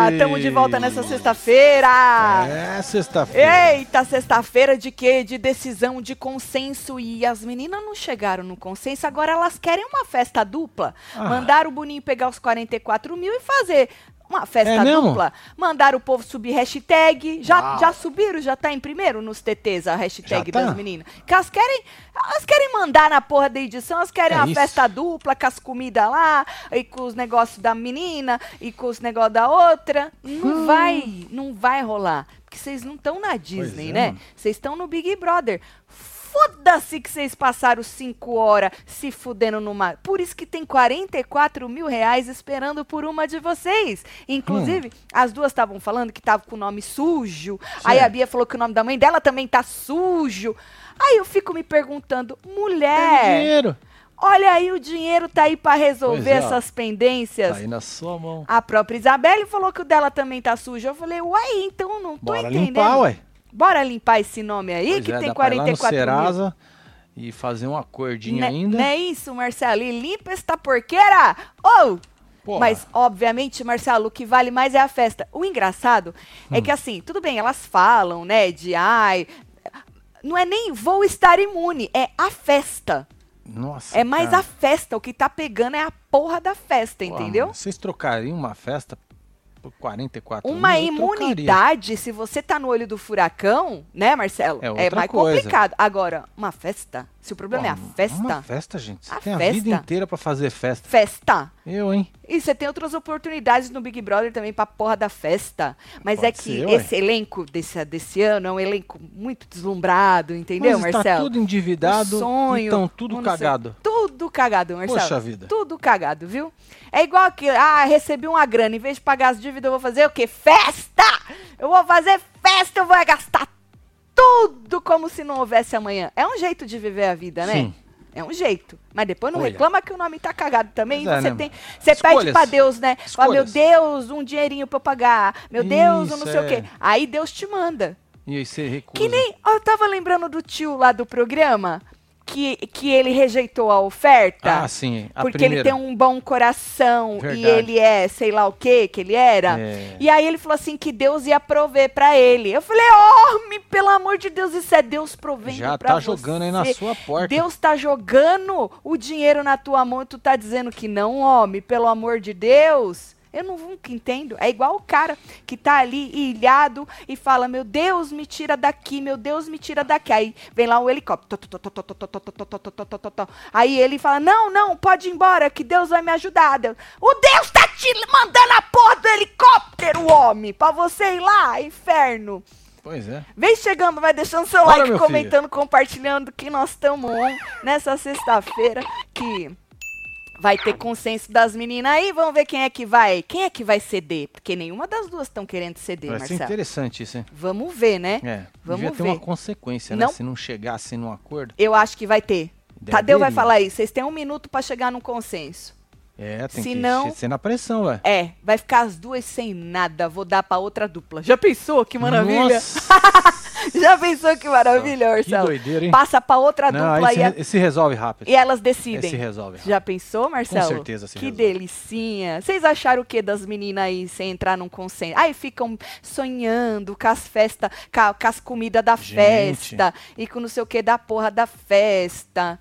Estamos de volta nessa sexta-feira. É, sexta-feira. Eita, sexta-feira de quê? De decisão, de consenso. E as meninas não chegaram no consenso, agora elas querem uma festa dupla. Mandaram o Boninho pegar os 44 mil e fazer uma festa dupla. Mandaram o povo subir hashtag. Já subiram? Já tá em primeiro nos TTs a hashtag das meninas? Que elas querem mandar na porra da edição, elas querem uma festa dupla com as comidas lá, e com os negócios da menina, e com os negócios da outra. Não vai rolar. Porque vocês não estão na Disney, né? Vocês estão no Big Brother. Foda-se que vocês passaram 5 horas se fudendo numa... Por isso que tem 44 mil reais esperando por uma de vocês. Inclusive, as duas estavam falando que tava com o nome sujo. Aí a Bia falou que o nome da mãe dela também tá sujo. Aí eu fico me perguntando, mulher... Tem dinheiro. Olha aí, o dinheiro tá aí pra resolver essas pendências. Tá aí na sua mão. A própria Isabelle falou que o dela também tá sujo. Eu falei, uai, então eu não tô entendendo. Limpar, ué. Bora limpar esse nome aí, que tem 44 mil. Serasa e fazer um acordinho ainda. Não é isso, Marcelo? E limpa esta porqueira! Mas, obviamente, Marcelo, o que vale mais é a festa. O engraçado é que, assim, tudo bem, elas falam, né, não é nem vou estar imune, é a festa. Nossa, é mais a festa, o que tá pegando é a porra da festa, entendeu? Vocês trocariam uma festa por 44 Uma mil? imunidade, se você tá no olho do furacão, né, Marcelo? É mais complicado. Agora, uma festa, se o problema é a festa... Uma festa, gente. Você tem a vida inteira pra fazer festa. Festa. Hein? E você tem outras oportunidades no Big Brother também pra porra da festa. Mas é que esse elenco desse ano é um elenco muito deslumbrado, entendeu, Marcelo? Tá tudo endividado, então tudo cagado. Tudo cagado, Marcelo. Poxa vida. Tudo cagado, viu? É igual que, recebi uma grana, em vez de pagar as dívidas, eu vou fazer o quê? Festa! Eu vou fazer festa, eu vou gastar tudo como se não houvesse amanhã. É um jeito de viver a vida, né? Sim. É um jeito. Mas depois não reclama que o nome tá cagado também. Você Escolhas. pede pra Deus, né? Fala, meu Deus, um dinheirinho pra eu pagar. Meu Deus, não sei o quê. Aí Deus te manda. E aí você recusa. Que nem... Eu tava lembrando do tio lá do programa... Que ele rejeitou a oferta. Sim. Porque ele tem um bom coração. Verdade. E ele é, sei lá o que ele era. E aí ele falou assim que Deus ia prover pra ele. Eu falei, pelo amor de Deus, isso é Deus provendo já pra tá jogando aí na sua porta. Deus tá jogando o dinheiro na tua mão e tu tá dizendo que não, homem, pelo amor de Deus. Eu nunca entendo. É igual o cara que tá ali ilhado e fala, meu Deus, me tira daqui, meu Deus, me tira daqui. Aí vem lá um helicóptero. Aí ele fala, não, pode ir embora, que Deus vai me ajudar. O Deus tá te mandando a porra do helicóptero, homem, pra você ir lá, inferno. Pois é. Vem chegando, vai deixando seu like, comentando, compartilhando que nós estamos nessa sexta-feira que... Vai ter consenso das meninas aí, vamos ver quem é que vai ceder, porque nenhuma das duas estão querendo ceder, Marcelo. Vai ser interessante isso, hein? Vamos ver, né? Devia ter uma consequência, né? Se não chegasse num acordo. Eu acho que vai ter. Tadeu vai falar isso, vocês têm 1 minuto pra chegar num consenso. Tem que ser na pressão, ué. Vai ficar as duas sem nada, vou dar pra outra dupla. Já pensou? Que maravilha! Nossa. Já pensou que maravilha, Marcelo? Que doideira, hein? Passa pra outra dupla e se resolve rápido. E elas decidem. Se resolve rápido. Já pensou, Marcelo? Com certeza se resolve. Que delicinha. Vocês acharam o que das meninas aí sem entrar num consenso? Aí ficam sonhando com as festas, com as comidas da festa e com não sei o que da porra da festa.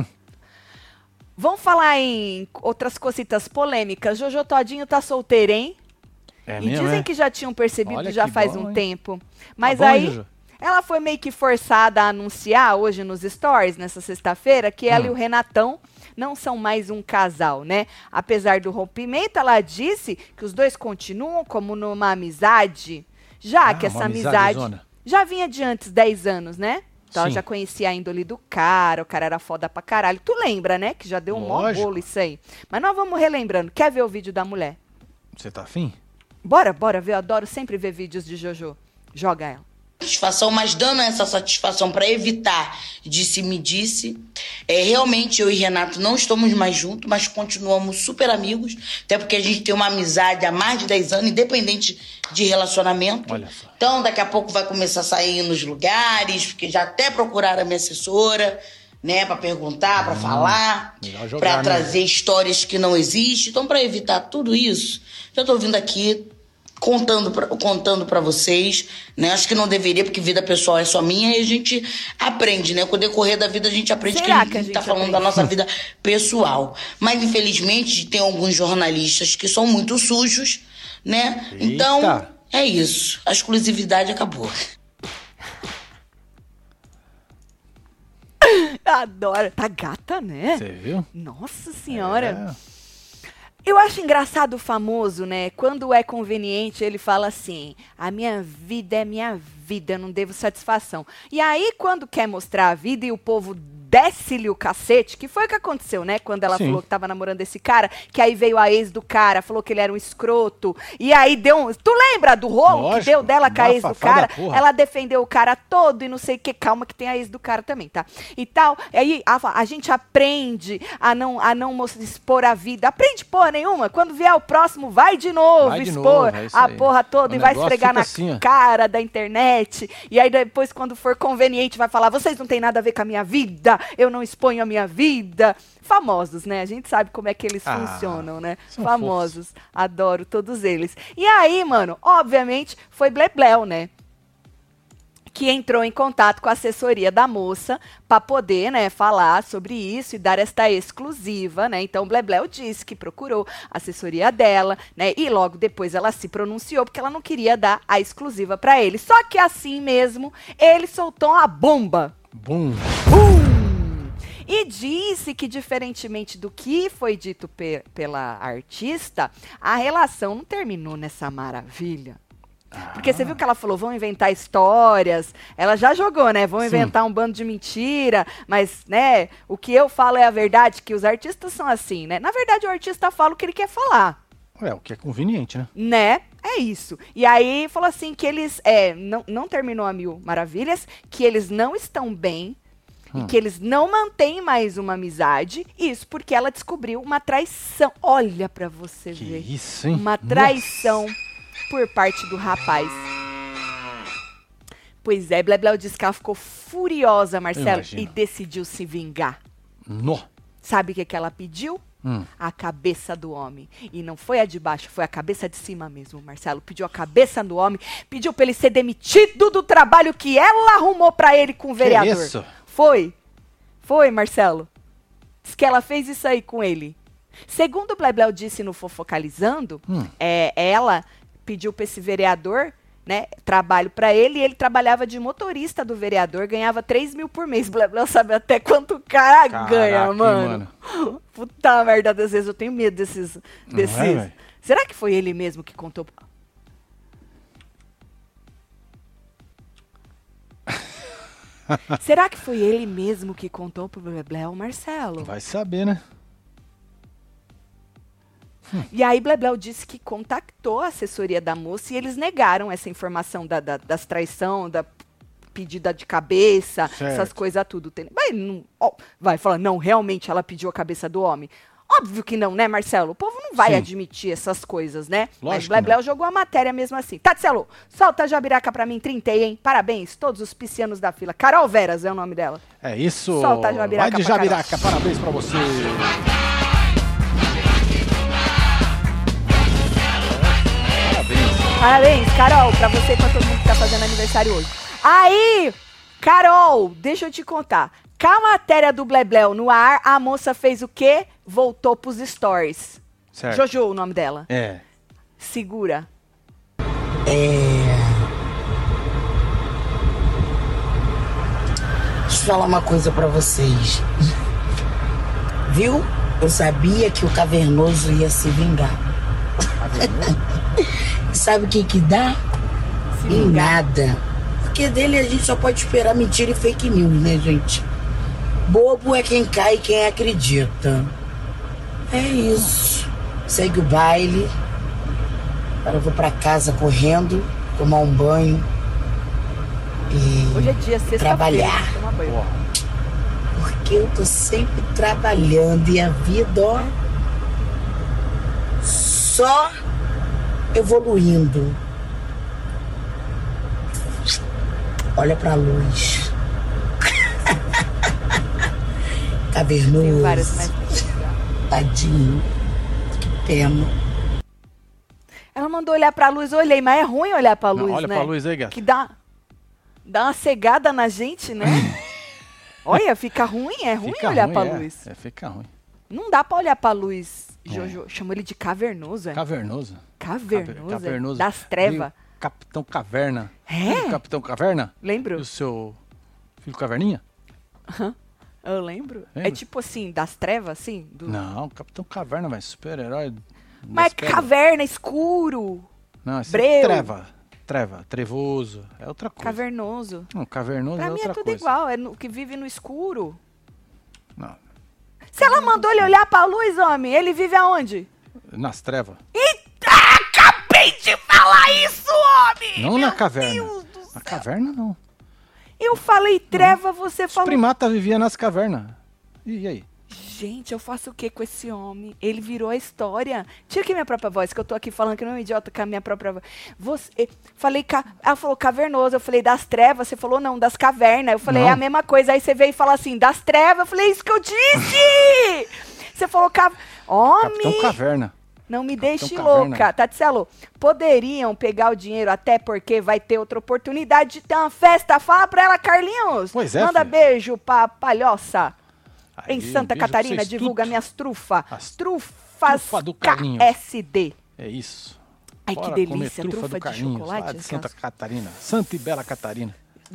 Vamos falar em outras cositas polêmicas. Jojo Todinho tá solteira, hein? Dizem que já tinham percebido já faz um tempo. Mas aí... Jojo? Ela foi meio que forçada a anunciar hoje nos stories, nessa sexta-feira, que ela e o Renatão não são mais um casal, né? Apesar do rompimento, ela disse que os dois continuam como numa amizade, já que essa amizade já vinha de antes, 10 anos, né? Então ela já conhecia a índole do cara, o cara era foda pra caralho. Tu lembra, né? Que já deu um mó bolo isso aí. Mas nós vamos relembrando. Quer ver o vídeo da mulher? Você tá afim? Bora ver. Eu adoro sempre ver vídeos de Jojo. Joga ela. Satisfação, mas dando essa satisfação para evitar disse-me-disse. Realmente eu e Renato não estamos mais juntos, mas continuamos super amigos, até porque a gente tem uma amizade há mais de 10 anos, independente de relacionamento. Olha só. Então daqui a pouco vai começar a sair nos lugares, porque já até procuraram a minha assessora, né, para perguntar, para falar, para trazer histórias que não existem. Então, para evitar tudo isso, já estou vindo aqui contando pra vocês, né? Acho que não deveria, porque vida pessoal é só minha e a gente aprende, né? Com o decorrer da vida a gente aprende que a gente tá falando da nossa vida pessoal. Mas, infelizmente, tem alguns jornalistas que são muito sujos, né? Eita. Então, é isso. A exclusividade acabou. Adoro. Tá gata, né? Você viu? Nossa senhora. Eu acho engraçado o famoso, né? Quando é conveniente, ele fala assim: a minha vida é minha vida, eu não devo satisfação. E aí, quando quer mostrar a vida e o povo desce-lhe o cacete, que foi o que aconteceu, né? Quando ela falou que tava namorando esse cara, que aí veio a ex do cara, falou que ele era um escroto, e aí deu um... Tu lembra do rolo que deu dela com a ex do cara? Ela defendeu o cara todo e não sei o que. Calma que tem a ex do cara também, tá? E tal. Aí a gente aprende a não expor a vida. Aprende porra nenhuma. Quando vier o próximo, vai de novo expor a porra toda e vai esfregar na cara da internet. E aí depois, quando for conveniente, vai falar: vocês não tem nada a ver com a minha vida, eu não exponho a minha vida. Famosos, né? A gente sabe como é que eles funcionam, né? Famosos. Fofos. Adoro todos eles. E aí, mano, obviamente, foi Blebleu, né? Que entrou em contato com a assessoria da moça para poder, né, falar sobre isso e dar esta exclusiva, né? Então, Blebleu disse que procurou a assessoria dela, né? E logo depois ela se pronunciou porque ela não queria dar a exclusiva para ele. Só que assim mesmo, ele soltou uma bomba. Bum! E disse que, diferentemente do que foi dito pela artista, a relação não terminou nessa maravilha. Porque você viu que ela falou: vão inventar histórias. Ela já jogou, né? Vão inventar um bando de mentira. Mas, né, o que eu falo é a verdade, que os artistas são assim, né? Na verdade, o artista fala o que ele quer falar. É, o que é conveniente, né? Né? É isso. E aí falou assim que eles não terminou a Mil Maravilhas, que eles não estão bem, e que eles não mantêm mais uma amizade. Isso porque ela descobriu uma traição. Olha pra você ver. Isso, hein? Uma traição por parte do rapaz. Pois é, Blebleu disse que ela ficou furiosa, Marcelo, e decidiu se vingar. Sabe o que ela pediu? A cabeça do homem. E não foi a de baixo, foi a cabeça de cima mesmo, Marcelo. Pediu a cabeça do homem, pediu pra ele ser demitido do trabalho que ela arrumou pra ele com o vereador. Que isso? Foi, Marcelo. Diz que ela fez isso aí com ele. Segundo o Blebleu disse no Fofocalizando, ela pediu pra esse vereador, né, trabalho pra ele, e ele trabalhava de motorista do vereador, ganhava 3 mil por mês. Blebleu sabe até quanto o cara ganha, mano. Puta merda, às vezes eu tenho medo desses... Será que foi ele mesmo que contou? Será que foi ele mesmo que contou pro Blebleu, Marcelo? Vai saber, né? E aí Blebleu disse que contactou a assessoria da moça e eles negaram essa informação das traição, da pedida de cabeça, essas coisas tudo. Vai falar: não, realmente ela pediu a cabeça do homem. Óbvio que não, né, Marcelo? O povo não vai admitir essas coisas, né? Lógico. Mas Blebleu jogou a matéria mesmo assim. Tatselo, solta a jabiraca pra mim, 30, hein? Parabéns, todos os piscianos da fila. Carol Veras é o nome dela. É isso. Solta a jabiraca. Vai de jabiraca, parabéns pra você. Parabéns, Carol, pra você e pra todo mundo que tá fazendo aniversário hoje. Aí, Carol, deixa eu te contar. Com a matéria do Blebleu no ar, a moça fez o quê? Voltou pros stories. Certo. Jojo, o nome dela. É. Segura. Deixa eu falar uma coisa pra vocês. Viu? Eu sabia que o Cavernoso ia se vingar. Sabe o que dá? Em nada. Porque dele a gente só pode esperar mentira e fake news, né, gente? Bobo é quem cai e quem acredita. É isso. Segue o baile. Agora eu vou pra casa correndo, tomar um banho e hoje é dia, sexta-feira, trabalhar. Tomar banho. Porque eu tô sempre trabalhando e a vida, ó, só evoluindo. Olha pra luz. Cavernoso. Tem várias, mas... Tadinho. Que pena. Ela mandou olhar pra luz, eu olhei, mas é ruim olhar pra luz, olha né? pra luz aí, gata. Que dá uma cegada na gente, né? Olha, fica ruim, é ruim Fica olhar ruim, pra luz. Fica ruim. Não dá pra olhar pra luz, Jojo. Chamou ele de cavernoso, é? Cavernoso. Cavernoso. Das trevas. Capitão Caverna. É? Capitão Caverna? Lembro. E o seu filho Caverninha? Eu lembro. Lembra? É tipo assim, das trevas, assim? Não, Capitão Caverna, velho. Super-herói. Mas caverna, escuro. Não, esse breu. é treva. Trevoso. É outra coisa. Cavernoso. Não, cavernoso Pra é mim outra é tudo coisa. igual, é que vive no escuro. Não. Se ela mandou ele olhar pra luz, homem, ele vive aonde? Nas trevas. Eita, acabei de falar isso, homem! Não na caverna. Deus do céu. Na caverna, não. Eu falei treva, você Os falou... primatas viviam nas cavernas. E aí? Gente, eu faço o que com esse homem? Ele virou a história. Tira aqui minha própria voz, que eu tô aqui falando que não é um idiota com a minha própria voz. Ela falou cavernoso, eu falei das trevas, você falou não, das cavernas. Eu falei, não. É a mesma coisa. Aí você veio e fala assim, das trevas. Eu falei, isso que eu disse! Você falou homem! Capitão Caverna. Não me Capitão deixe Caverna. louca. Tatselo, poderiam pegar o dinheiro até porque vai ter outra oportunidade de ter uma festa. Fala pra ela, Carlinhos. Pois é, Manda filha. beijo pra palhoça. Aí, Em Santa beijo pra Catarina, vocês divulga tudo. minhas trufas. As Trufas trufa do Carlinhos. KSD. É isso. Ai, que Bora delícia. comer Trufa do de Carlinhos, chocolate. lá de Santa aquelas- Catarina. Santa e Bela Catarina.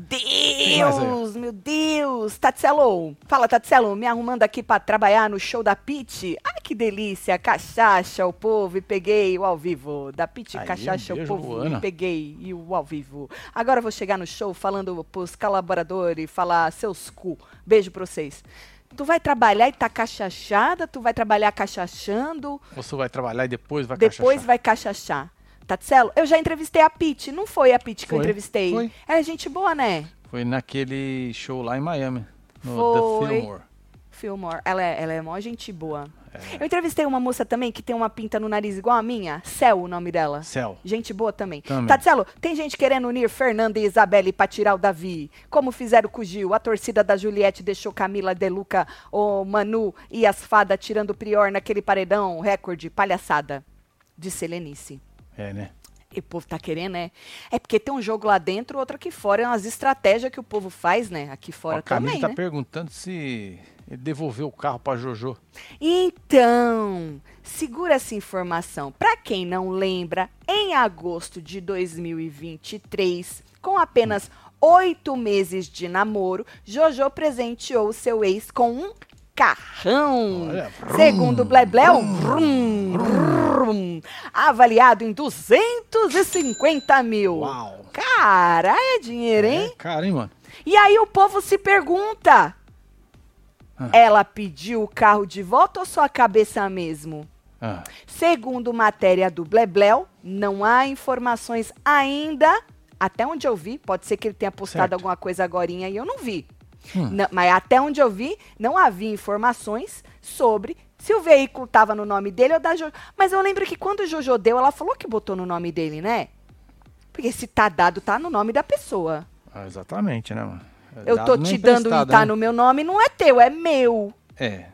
Deus, meu Deus. Tatselo, fala, Tatselo, me arrumando aqui pra trabalhar no show da Pitty. Ai, que delícia. Cachaça, o povo, e peguei o ao vivo. Da Pitty, Aí, cachaça, o beijo, povo, Luana. e peguei e o ao vivo. Agora eu vou chegar no show falando pros colaboradores, falar seus cu. Beijo pra vocês. Tu vai trabalhar e tá cachachada? Tu vai trabalhar cachachando? Você vai trabalhar e depois vai Depois cachachar. vai cachachar. Tatselo, eu já entrevistei a Pitty. Não foi a Pitty que eu Foi, entrevistei. foi. É gente boa, né? Foi naquele show lá em Miami. No Foi. The Fillmore. Fillmore. Ela é mó gente boa. Eu entrevistei uma moça também que tem uma pinta no nariz igual a minha. Cel, o nome dela. Céu. Gente boa também. Também. Tatselo, tem gente querendo unir Fernanda e Isabelle pra tirar o Davi. Como fizeram com o Gil. A torcida da Juliette deixou Camila, Deluca, o Manu e as fadas tirando o Prior naquele paredão. Recorde, palhaçada. Disse Helenice. É, né? E o povo tá querendo, né? É porque tem um jogo lá dentro, outro aqui fora. É umas estratégias que o povo faz, né? Aqui fora A Camila também, tá né? perguntando se ele devolveu o carro pra Jojo. Então, segura essa informação. Para quem não lembra, em agosto de 2023, com apenas 8 meses de namoro, Jojo presenteou seu ex com um carrão. Olha, Segundo Blebleu, avaliado em 250 mil. Uau. Cara, é dinheiro, hein? É, cara, hein, mano? E aí o povo se pergunta, ela pediu o carro de volta ou só a cabeça mesmo? Ah, Segundo matéria do Blebleu, não há informações ainda, até onde eu vi, pode ser que ele tenha postado Certo. alguma coisa agorinha e eu não vi. Não, mas até onde eu vi, não havia informações sobre se o veículo estava no nome dele ou da Jojo. Mas eu lembro que quando o Jojo deu, ela falou que botou no nome dele, né? Porque se tá dado, tá no nome da pessoa. exatamente, né, mano? Eu tô Dado não te dando e emprestado, tá né? no meu nome, não é teu, é meu. É,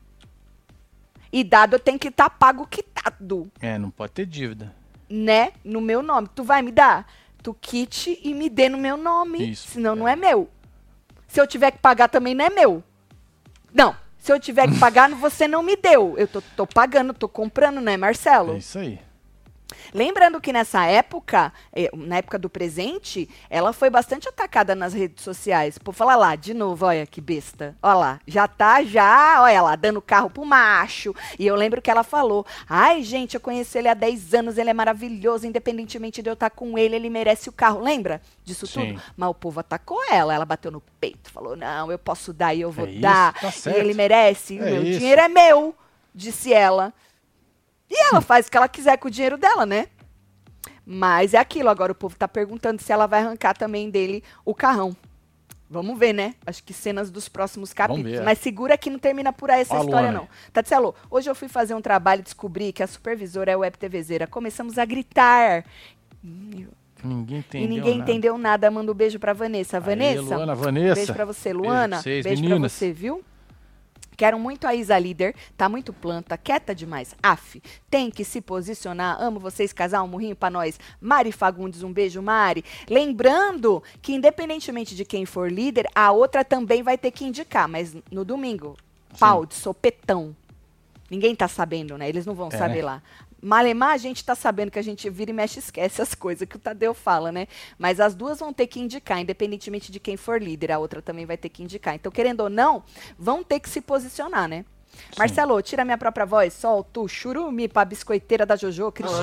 E dado tem que estar pago quitado, não pode ter dívida. né? No meu nome. Tu vai me dar? Tu quite e me dê no meu nome. Isso, Senão não é meu. Se eu tiver que pagar também não é meu. Não. Se eu tiver que pagar, você não me deu. Eu tô pagando, tô comprando, né, Marcelo? É isso aí. Lembrando que nessa época, na época do presente, ela foi bastante atacada nas redes sociais. Por falar lá, de novo, olha que besta. Olha lá, olha lá, dando carro pro macho. E eu lembro que ela falou, ai gente, eu conheci ele há 10 anos, ele é maravilhoso, independentemente de eu estar com ele merece o carro. Lembra disso Sim. tudo? Mas o povo atacou ela bateu no peito, falou, não, eu posso dar e eu vou isso, dar. tá E certo. ele merece, e o É meu isso. dinheiro é meu, disse ela. E ela faz o que ela quiser com o dinheiro dela, né? Mas é aquilo, agora o povo tá perguntando se ela vai arrancar também dele o carrão. Vamos ver, né? Acho que cenas dos próximos capítulos. ver, é. Mas segura que não termina por aí essa Ó a história, Luana não. Tatselo, hoje eu fui fazer um trabalho e descobri que a supervisora é web TVzeira. Começamos a gritar. Ninguém entendeu. E ninguém nada. entendeu nada. Manda um beijo pra Vanessa. Aí, Vanessa, Luana, Vanessa. beijo pra você. Beijo Luana, pra vocês, beijo pra meninas. você, viu? Quero muito a Isa líder, tá muito planta, quieta demais. Af, tem que se posicionar. Amo vocês, casal, um murrinho pra nós. Mari Fagundes, um beijo, Mari. Lembrando que independentemente de quem for líder, a outra também vai ter que indicar, mas no domingo, pau de sopetão. Ninguém tá sabendo, né? Eles não vão saber lá. Malemar, a gente tá sabendo que a gente vira e mexe e esquece as coisas que o Tadeu fala, né? Mas as duas vão ter que indicar, independentemente de quem for líder, a outra também vai ter que indicar. Então, querendo ou não, vão ter que se posicionar, né? Sim. Marcelo, tira minha própria voz, solta o churumi pra biscoiteira da Jojo, Cristiano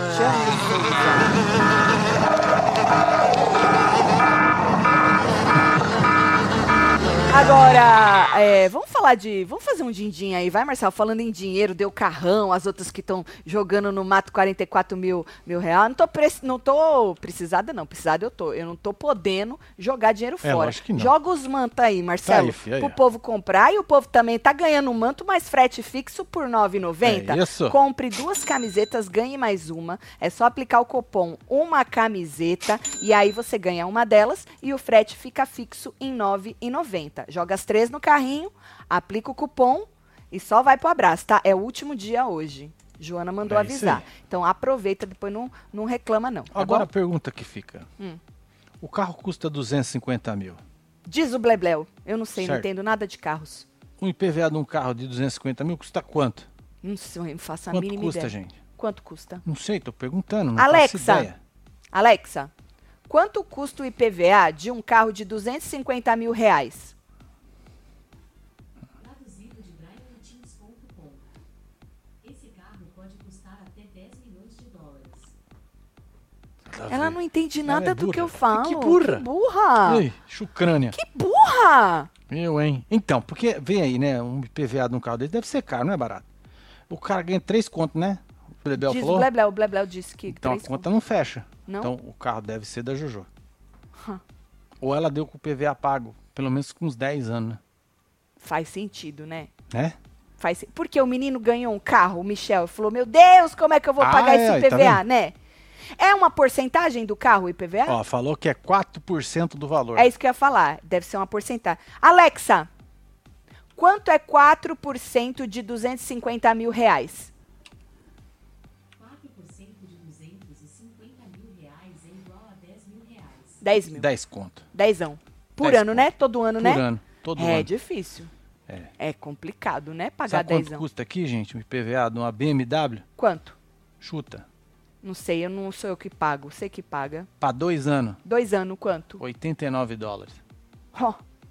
Agora, vamos fazer um din-din aí, vai, Marcelo? Falando em dinheiro, deu carrão, as outras que estão jogando no mato 44 mil reais. Não tô precisada, não. Precisada eu tô. Eu não tô podendo jogar dinheiro fora. Acho que não. Joga os mantos aí, Marcelo, pro povo comprar. E o povo também tá ganhando um manto, mais frete fixo por R$ 9,90. Isso. Compre 2 camisetas, ganhe mais uma. É só aplicar o cupom uma camiseta e aí você ganha uma delas e o frete fica fixo em R$ 9,90. Joga as 3 no carrinho, aplica o cupom e só vai pro abraço, tá? É o último dia hoje. Joana mandou avisar. Então aproveita, depois não reclama não. Tá Agora bom? A pergunta que fica. O carro custa 250 mil. Diz o Blebleu. Eu não sei, certo. Não entendo nada de carros. Um IPVA de um carro de 250 mil custa quanto? Não sei, não faço a Quanto mínima custa, ideia. gente? Quanto custa? Não sei, tô perguntando, não faço ideia. Alexa, quanto custa o IPVA de um carro de 250 mil reais? Ela não entende nada do que eu falo. Que burra. Que burra. Ei, chucrânia. Que burra. Eu, hein? Então, porque, vem aí, né? Um IPVA de um carro desse deve ser caro, não é barato. O cara ganha 3 contos, né? O Blebel falou. O Blebel disse que então a conta não fecha. Não? Então o carro deve ser da Jojo. Ou ela deu com o PVA pago, pelo menos com uns 10 anos, né? Faz sentido, né? Né? Porque o menino ganhou um carro, o Michel, falou, meu Deus, como é que eu vou pagar esse IPVA, tá, né? É uma porcentagem do carro, o IPVA? Ó, falou que é 4% do valor. É isso que eu ia falar, deve ser uma porcentagem. Alexa, quanto é 4% de 250 mil reais? 4% de 250 mil reais é igual a 10 mil reais. 10 mil. 10 conto. 10ão. Por 10 ano, conto. Né? Todo ano, né? Por ano. Todo ano. É difícil. É complicado, né? Pagar 10ão. Sabe quanto custa aqui, gente, o IPVA de uma BMW? Quanto? Chuta. Não sei, eu não sou eu que pago. Você que paga. Para 2 anos. 2 anos, quanto? $89. Ó.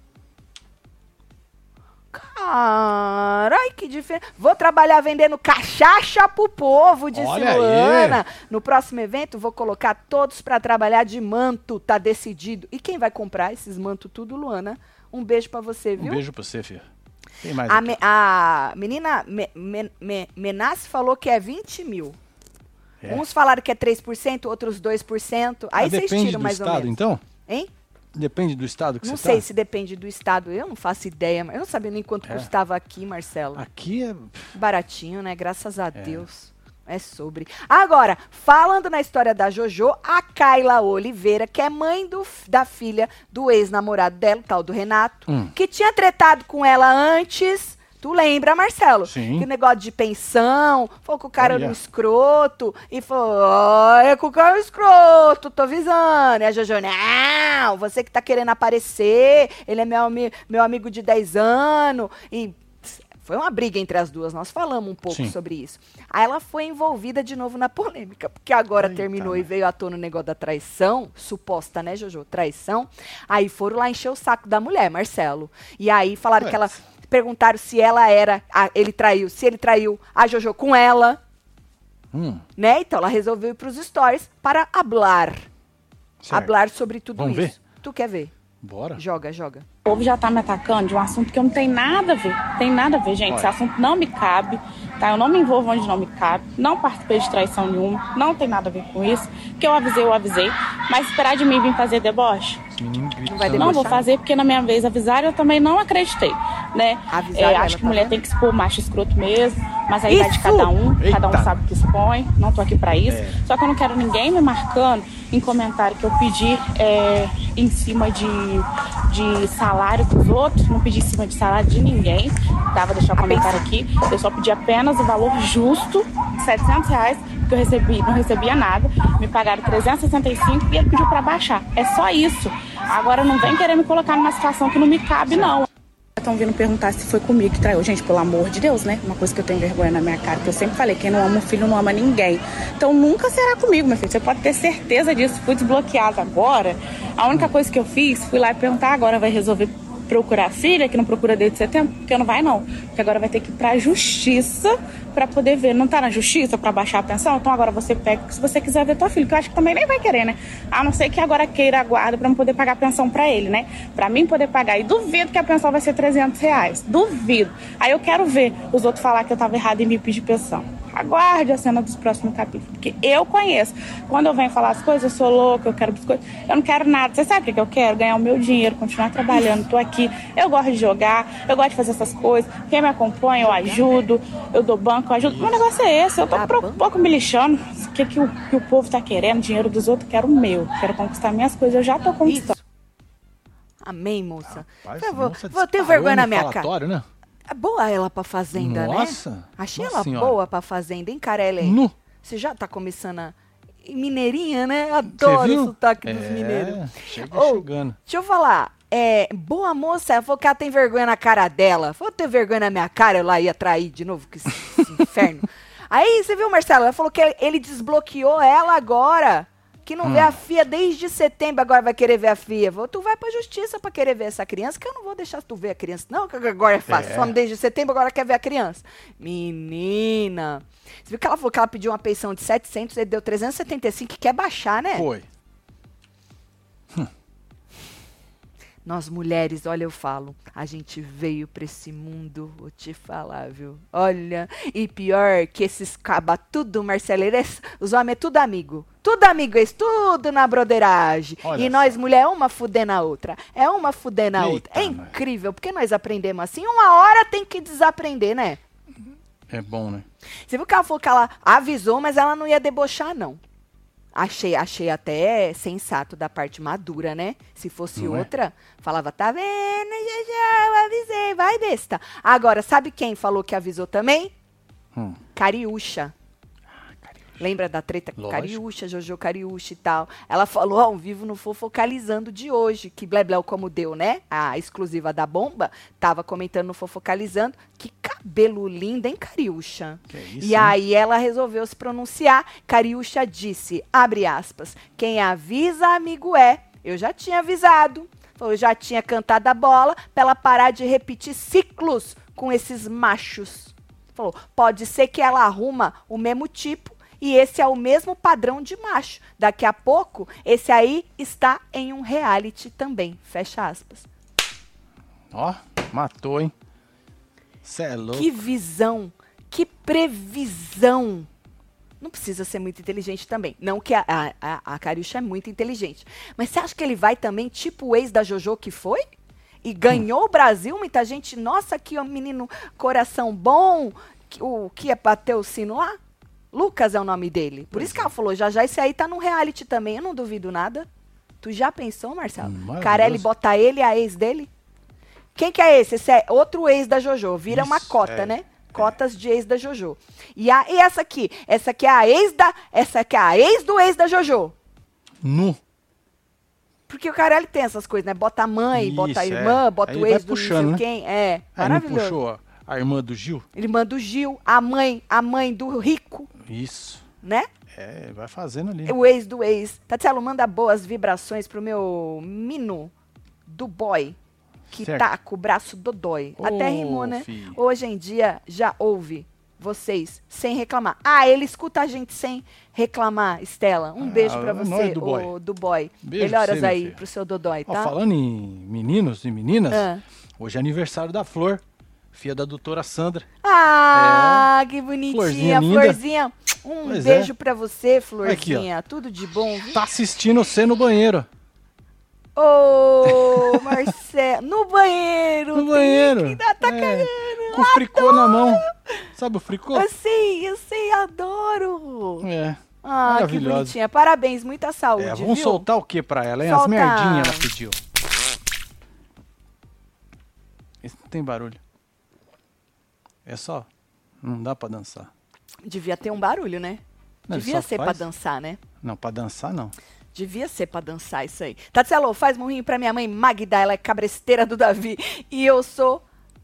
Carai, que diferença. Vou trabalhar vendendo cachaça pro povo, disse Luana. No próximo evento, vou colocar todos para trabalhar de manto, tá decidido. E quem vai comprar esses mantos tudo, Luana? Um beijo pra você, viu? Um beijo pra você, filho. Tem mais a menina Menace falou que é 20 mil. Uns falaram que é 3%, outros 2%. Aí vocês tiram mais ou menos. Depende do estado, então? Hein? Depende do estado que não você tá? Não sei se depende do estado. Eu não faço ideia. Eu não sabia nem quanto custava aqui, Marcelo. Aqui é... baratinho, né? Graças a Deus. É sobre. Agora, falando na história da Jojo, a Kayla Oliveira, que é mãe da filha do ex-namorado dela, o tal do Renato, que tinha tretado com ela antes. Tu lembra, Marcelo? Sim. Que negócio de pensão, falou que o cara era um escroto, e falou, é que o cara é um escroto, tô avisando. E a Jojo, não, você que tá querendo aparecer, ele é meu amigo de 10 anos, e... Foi uma briga entre as duas, nós falamos um pouco sobre isso. Aí ela foi envolvida de novo na polêmica, porque agora terminou e veio à tona o negócio da traição, suposta, né, Jojo? Traição. Aí foram lá encher o saco da mulher, Marcelo. E aí falaram que ela... Perguntaram se ela era... se ele traiu a Jojo com ela. Né? Então ela resolveu ir pros stories para hablar. Hablar sobre tudo Vamos isso. Ver? Tu quer ver? Bora. Joga. O povo já tá me atacando de um assunto que eu não tenho nada a ver. Tem nada a ver, gente. Esse assunto não me cabe, tá? Eu não me envolvo onde não me cabe. Não participei de traição nenhuma. Não tem nada a ver com isso. Que eu avisei. Mas esperar de mim vir fazer deboche? Não vai Não vou fazer porque na minha vez avisaram, eu também não acreditei. né? Avisar ela, Acho que tá mulher vendo? tem que expor macho escroto mesmo, mas aí vai de Isso! cada um Eita! sabe o que expõe, não tô aqui pra isso. Só que eu não quero ninguém me marcando em comentário que eu pedi em cima de salário dos outros, não pedi em cima de salário de ninguém, tá? Vou deixar o comentário aqui, eu só pedi apenas o valor justo, R$700, que eu não recebia nada, me pagaram 365 e ele pediu pra baixar. É só isso. Agora não vem querer me colocar numa situação que não me cabe, não. Estão vindo perguntar se foi comigo que traiu. Gente, pelo amor de Deus, né? Uma coisa que eu tenho vergonha na minha cara, que eu sempre falei, quem não ama um filho não ama ninguém. Então nunca será comigo, meu filho. Você pode ter certeza disso. Fui desbloqueada agora. A única coisa que eu fiz, fui lá e perguntar, agora vai resolver procurar a filha, que não procura desde setembro? Porque não vai não. Porque agora vai ter que ir pra justiça pra poder ver. Não tá na justiça pra baixar a pensão? Então agora você pega se você quiser ver tua filha, que eu acho que também nem vai querer, né? A não ser que agora queira a guarda pra não poder pagar a pensão pra ele, né? Pra mim poder pagar. E duvido que a pensão vai ser R$300. Duvido. Aí eu quero ver os outros falar que eu tava errada em me pedir pensão. Aguarde a cena dos próximos capítulos, porque eu conheço. Quando eu venho falar as coisas, eu sou louca, eu quero biscoito. Eu não quero nada. Você sabe o que eu quero? Ganhar o meu dinheiro, continuar trabalhando. Tô aqui. Eu gosto de jogar, eu gosto de fazer essas coisas. Quem me acompanha, eu ajudo. Eu dou banco, eu ajudo. O negócio é esse. Eu tô um pouco me lixando. O que o povo tá querendo? Dinheiro dos outros, eu quero o meu. Quero conquistar minhas coisas, eu já tô conquistando. Isso. Amém, moça. Rapaz, Vou ter vergonha na minha cara. falatório, né? É boa ela pra fazenda, Nossa, né? Achei nossa ela senhora. boa pra fazenda, hein, Carelli? Nu. Você já tá começando a... Mineirinha, né? Adoro o sotaque dos mineiros. Chegando. Deixa eu falar. Boa moça, ela falou que ela tem vergonha na cara dela. Vou ter vergonha na minha cara, eu lá ia trair de novo, que esse inferno. Aí, você viu, Marcelo? Ela falou que ele desbloqueou ela agora. Que não vê a filha desde setembro, agora vai querer ver a filha. Tu vai pra justiça pra querer ver essa criança, que eu não vou deixar tu ver a criança. Não, que agora é fácil. Some desde setembro, agora quer ver a criança. Menina. Você viu que ela falou que ela pediu uma pensão de 700, ele deu 375, que quer baixar, né? Foi. Nós mulheres, olha, eu falo, a gente veio pra esse mundo, vou te falar, viu? Olha, e pior que esses cabas, tudo, Marcelo, os homens é tudo amigo. Tudo amigo, eles, tudo na broderagem. Olha e nós, só. mulher, é uma fudendo a outra. É uma fudendo a outra. É Eita, incrível, porque nós aprendemos assim, uma hora tem que desaprender, né? É bom, né? Você viu que ela falou que ela avisou, mas ela não ia debochar, não. Achei até sensato da parte madura, né? Se fosse Não é? outra, falava, tá vendo, já, eu avisei, vai besta. Agora, sabe quem falou que avisou também? Cariúcha. Lembra da treta com Lógico. Cariúcha, Jojo Cariúcha e tal? Ela falou ao vivo no Fofocalizando de hoje, que Blebleu como deu, né? A exclusiva da bomba, tava comentando no Fofocalizando, que cabelo lindo, hein, Cariúcha? Que isso, E hein? aí ela resolveu se pronunciar. Cariúcha disse, abre aspas, quem avisa amigo é. Eu já tinha avisado, eu já tinha cantado a bola pra ela parar de repetir ciclos com esses machos. Falou, pode ser que ela arruma o mesmo tipo, e esse é o mesmo padrão de macho. Daqui a pouco, esse aí está em um reality também. Fecha aspas. Ó, matou, hein? Cê é louco. Que visão, que previsão. Não precisa ser muito inteligente também. Não que a Cariúcha é muito inteligente. Mas você acha que ele vai também, tipo o ex da Jojo que foi? E ganhou o Brasil? Muita gente, nossa, que menino coração bom, o que é bater o sino lá? Lucas é o nome dele. Por isso que ela falou, já esse aí tá num reality também, eu não duvido nada. Tu já pensou, Marcelo? Maravilhoso. Carelli bota ele e a ex dele? Quem que é esse? Esse é outro ex da Jojo. Vira uma Isso, cota, né? Cotas de ex da Jojo. E essa aqui? Essa aqui é a ex do ex da Jojo. Nu. Porque o Carelli tem essas coisas, né? Bota a mãe, bota a Isso, irmã, é. bota Aí o vai ex do não puxando, sei né? quem. Aí não Maravilhoso. puxou a irmã do Gil? Ele manda o Gil, a mãe do rico, Isso. né? É, vai fazendo ali. O ex do ex. Tatielo, manda boas vibrações pro meu mino do boy, que Certo. tá com o braço dodói. Até Ô, rimou, né? filho. Hoje em dia já ouve vocês sem reclamar. Ah, ele escuta a gente sem reclamar, Estela. Um beijo pra nós você, do boy. o do boy. Beijo Melhoras pra você, meu aí filho. pro seu dodói, Ó, tá? falando em meninos e meninas, Ah. hoje é aniversário da Flor, filha da doutora Sandra. Ah, que bonitinha, Florzinha linda. Florzinha. Um Pois beijo é. pra você, Aqui, Florzinha. Tudo de bom, viu? Tá assistindo você no banheiro. Ô, Marcelo, no banheiro. No banheiro. Ainda tá É, cagando. com o fricô na mão. Sabe o fricô? Eu sei, adoro. É. Ah, que Maravilhosa. bonitinha. Parabéns, muita saúde, É, vamos viu? soltar o que pra ela, hein? Solta. As merdinhas ela pediu. Esse não tem barulho. É só. Não dá pra dançar. Devia ter um barulho, né? Não, ele Devia só ser pra faz. dançar, né? Não, pra dançar não. Devia ser pra dançar isso aí. Tatselo, faz murrinho pra minha mãe Magda, ela é cabresteira do Davi. E eu sou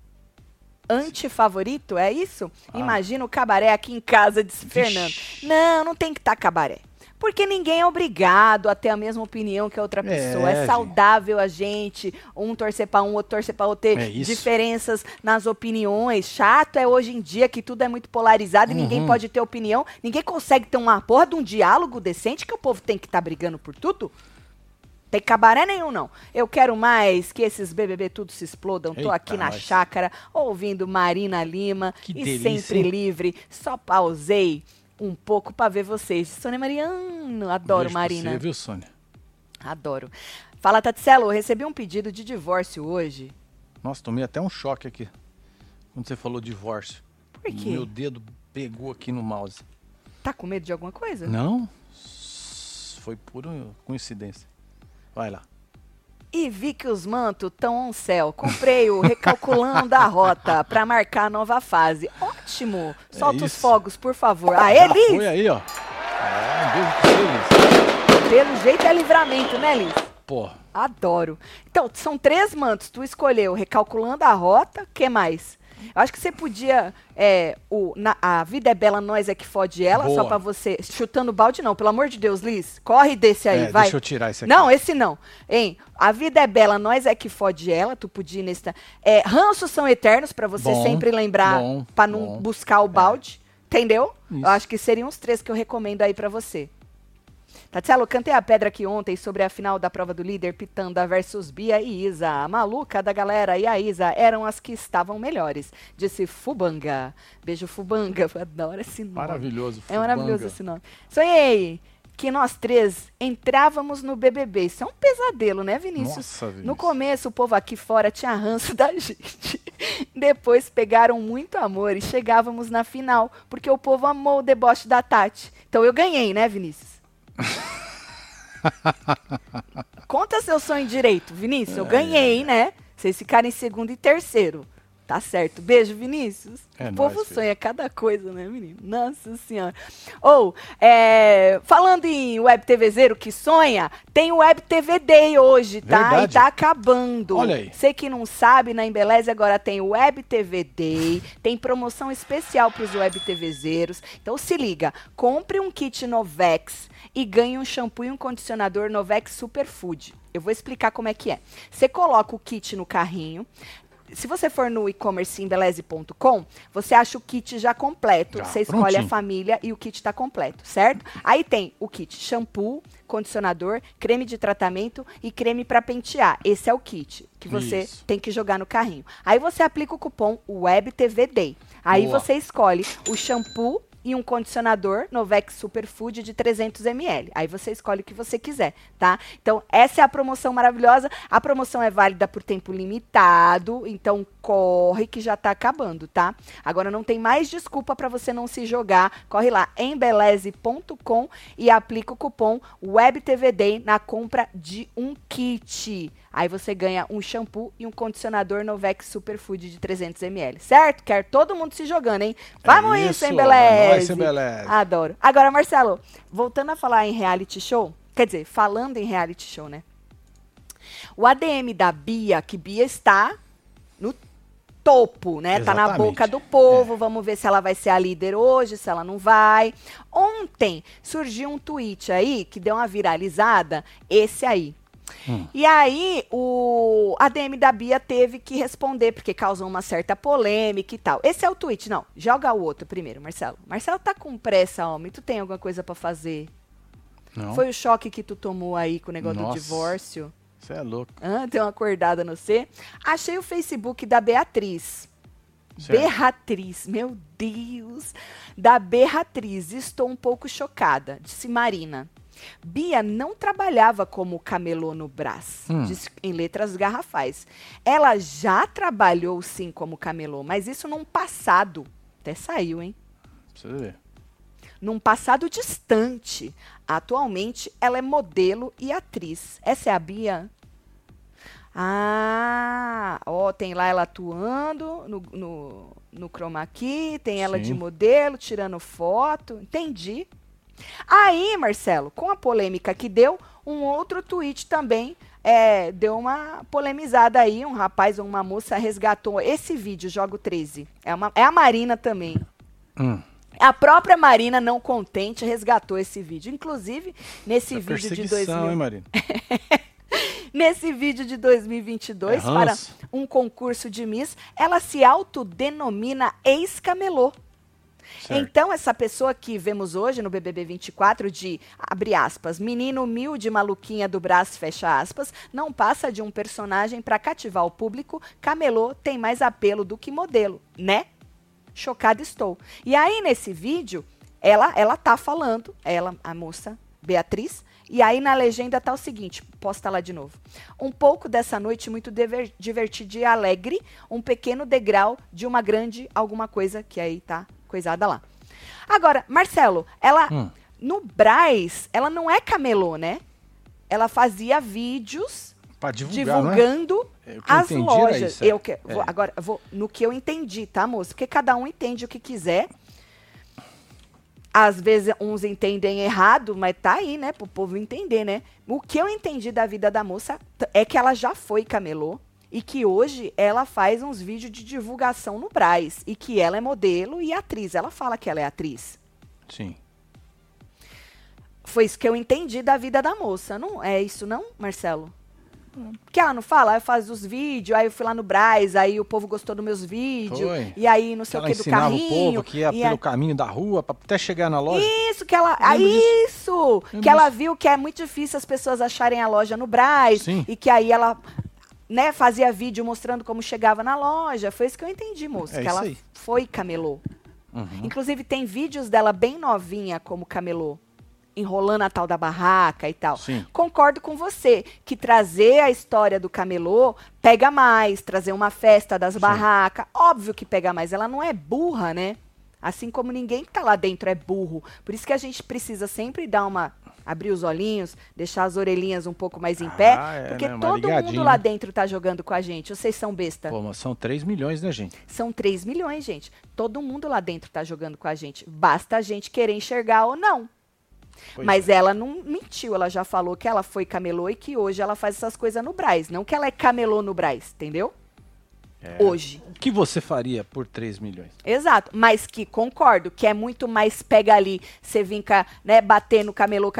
antifavorito, é isso? Imagina o cabaré aqui em casa, disse Fernando. Não tem que estar cabaré. Porque ninguém é obrigado a ter a mesma opinião que a outra pessoa. É saudável a gente, um torcer pra um, outro torcer pra outro, ter diferenças nas opiniões. Chato é hoje em dia que tudo é muito polarizado e ninguém pode ter opinião. Ninguém consegue ter uma porra de um diálogo decente que o povo tem que estar brigando por tudo. Tem cabaré nenhum, não. Eu quero mais que esses BBB tudo se explodam. Tô aqui na chácara, ouvindo Marina Lima Que e delícia, sempre hein? livre. Só pausei um pouco pra ver vocês. Sônia Mariano, adoro Beijo pra Marina. Você, viu, Sônia? Adoro. Fala, Tatselo, recebi um pedido de divórcio hoje. Nossa, tomei até um choque aqui. Quando você falou divórcio. Por quê? Meu dedo pegou aqui no mouse. Tá com medo de alguma coisa? Não? Foi pura coincidência. Vai lá. E vi que os mantos estão on céu. Comprei o Recalculando a Rota pra marcar a nova fase. Ótimo. Solta os isso. fogos, por favor. Aê, Liz! Foi aí, ó. Um beijo pra você, Liz. Pelo jeito é livramento, né, Liz? Pô, Adoro. Então, são 3 mantos. Tu escolheu Recalculando a Rota. O que mais? Eu acho que você podia... A Vida é Bela, Nós é que Fode Ela. Boa. Só pra você... Chutando balde, não. Pelo amor de Deus, Liz. Corre desse aí, vai. deixa eu tirar esse aqui. Não, esse não. Hein? A Vida é Bela, Nós é que Fode Ela. Tu podia ir nesse... Ranços São Eternos, pra você Bom, sempre lembrar, bom, pra não bom. buscar o balde. Entendeu? Isso. Eu acho que seriam os 3 que eu recomendo aí pra você. Tatselo, cantei a pedra aqui ontem sobre a final da prova do líder, Pitanda versus Bia e Isa. A maluca da galera e a Isa eram as que estavam melhores. Disse Fubanga. Beijo, Fubanga. Eu adoro esse nome. Maravilhoso. É maravilhoso Fubanga. esse nome. Sonhei que nós 3 entrávamos no BBB. Isso é um pesadelo, né, Vinícius? Nossa, Vinícius. No começo, o povo aqui fora tinha ranço da gente. Depois pegaram muito amor e chegávamos na final, porque o povo amou o deboche da Tati. Então eu ganhei, né, Vinícius? Conta seu sonho direito, Vinícius. Eu ganhei, né? Vocês ficaram em segundo e terceiro. Tá certo. Beijo, Vinícius. O povo nóis, filho. sonha cada coisa, né, menino? Nossa Senhora. Falando em Web TVzeiro que sonha, tem o Web TV Day hoje, tá? Verdade. E tá acabando. Olha aí. Você que não sabe, na Embeleze agora tem o Web TV Day, tem promoção especial pros Web TVzeiros. Então se liga, compre um kit Novex e ganhe um shampoo e um condicionador Novex Superfood. Eu vou explicar como é que é. Você coloca o kit no carrinho. Se você for no e-commerce embeleze.com, você acha o kit já completo. Já, você escolhe prontinho. a família e o kit está completo, certo? Aí tem o kit shampoo, condicionador, creme de tratamento e creme para pentear. Esse é o kit que você Isso. tem que jogar no carrinho. Aí você aplica o cupom WebTVDay. Aí Boa. você escolhe o shampoo e um condicionador Novex Superfood de 300 ml. Aí você escolhe o que você quiser, tá? Então, essa é a promoção maravilhosa. A promoção é válida por tempo limitado, então corre que já tá acabando, tá? Agora não tem mais desculpa para você não se jogar. Corre lá, embeleze.com e aplica o cupom WebTVDay na compra de um kit. Aí você ganha um shampoo e um condicionador Novex Superfood de 300 ml, certo? Quero todo mundo se jogando, hein? Vamos isso, Embeleze! Nossa, Embeleze. Adoro. Agora, Marcelo, voltando a falar em reality show, quer dizer, falando em reality show, né? O ADM da Bia, que Bia está no topo, né? Tá na Exatamente. boca do povo. Vamos ver se ela vai ser a líder hoje, se ela não vai. Ontem surgiu um tweet aí que deu uma viralizada, esse aí. E aí, o ADM da Bia teve que responder, porque causou uma certa polêmica e tal. Esse é o tweet. Não, joga o outro primeiro, Marcelo. Marcelo tá com pressa, homem. Tu tem alguma coisa pra fazer? Não. Foi o choque que tu tomou aí com o negócio do Nossa. divórcio? Você é louco. Deu uma acordada no C. Achei o Facebook da Beatriz. Certo. Berratriz, meu Deus. Da Berratriz. Estou um pouco chocada, disse Marina. Bia não trabalhava como camelô no Brás, diz em letras garrafais. Ela já trabalhou sim como camelô, mas isso num passado. Até saiu, hein? Precisa ver. Num passado distante. Atualmente, ela é modelo e atriz. Essa é a Bia? Tem lá ela atuando no chroma key, tem ela de modelo, tirando foto. Entendi. Aí, Marcelo, com a polêmica que deu, um outro tweet também deu uma polemizada aí. Um rapaz ou uma moça resgatou esse vídeo, Jogo 13. É a Marina também. A própria Marina, não contente, resgatou esse vídeo. Inclusive, nesse vídeo de 2000... hein, Marina? Nesse vídeo de 2022, para um concurso de Miss, ela se autodenomina ex-camelô. Então, essa pessoa que vemos hoje no BBB 24 de, abre aspas, menino humilde, maluquinha do Brás, fecha aspas, não passa de um personagem para cativar o público, camelô tem mais apelo do que modelo, né? Chocada estou. E aí, nesse vídeo, ela tá falando, a moça Beatriz, e aí na legenda tá o seguinte, posta lá de novo. Um pouco dessa noite muito divertida e alegre, um pequeno degrau de uma grande alguma coisa que aí tá coisada lá. Agora, Marcelo, ela no Brás, ela não é camelô, né? Ela fazia vídeos pra divulgar, divulgando as lojas. Isso, Agora, eu vou no que eu entendi, tá, moça? Porque cada um entende o que quiser. Às vezes uns entendem errado, mas tá aí, né? Pro povo entender, né? O que eu entendi da vida da moça é que ela já foi camelô e que hoje ela faz uns vídeos de divulgação no Brás e que ela é modelo e atriz. Ela fala que ela é atriz. Sim. Foi isso que eu entendi da vida da moça. Não é isso não, Marcelo? Que ela não fala, eu faço os vídeos, aí eu fui lá no Brás, aí o povo gostou dos meus vídeos, e aí não sei o que do carrinho. O povo que ia pelo caminho da rua pra até chegar na loja. Isso, que ela, que ela viu que é muito difícil as pessoas acharem a loja no Brás, e que aí ela, né, fazia vídeo mostrando como chegava na loja. Foi isso que eu entendi, moça, que ela foi camelô. Inclusive tem vídeos dela bem novinha como camelô, enrolando a tal da barraca e tal. Sim. Concordo com você, que trazer a história do camelô pega mais, trazer uma festa das barracas, óbvio que pega mais. Ela não é burra, né? Assim como ninguém que tá lá dentro é burro. Por isso que a gente precisa sempre abrir os olhinhos, deixar as orelhinhas um pouco mais em pé, porque todo mundo lá dentro tá jogando com a gente. Vocês são besta? Pô, mas são 3 milhões, né, gente? São 3 milhões, gente. Todo mundo lá dentro tá jogando com a gente. Basta a gente querer enxergar ou não. Mas ela não mentiu, ela já falou que ela foi camelô e que hoje ela faz essas coisas no Brás. Não que ela é camelô no Brás, entendeu? Hoje. O que você faria por 3 milhões? Exato, mas que concordo, que é muito mais pega ali, você vinca, né, bater no camelô,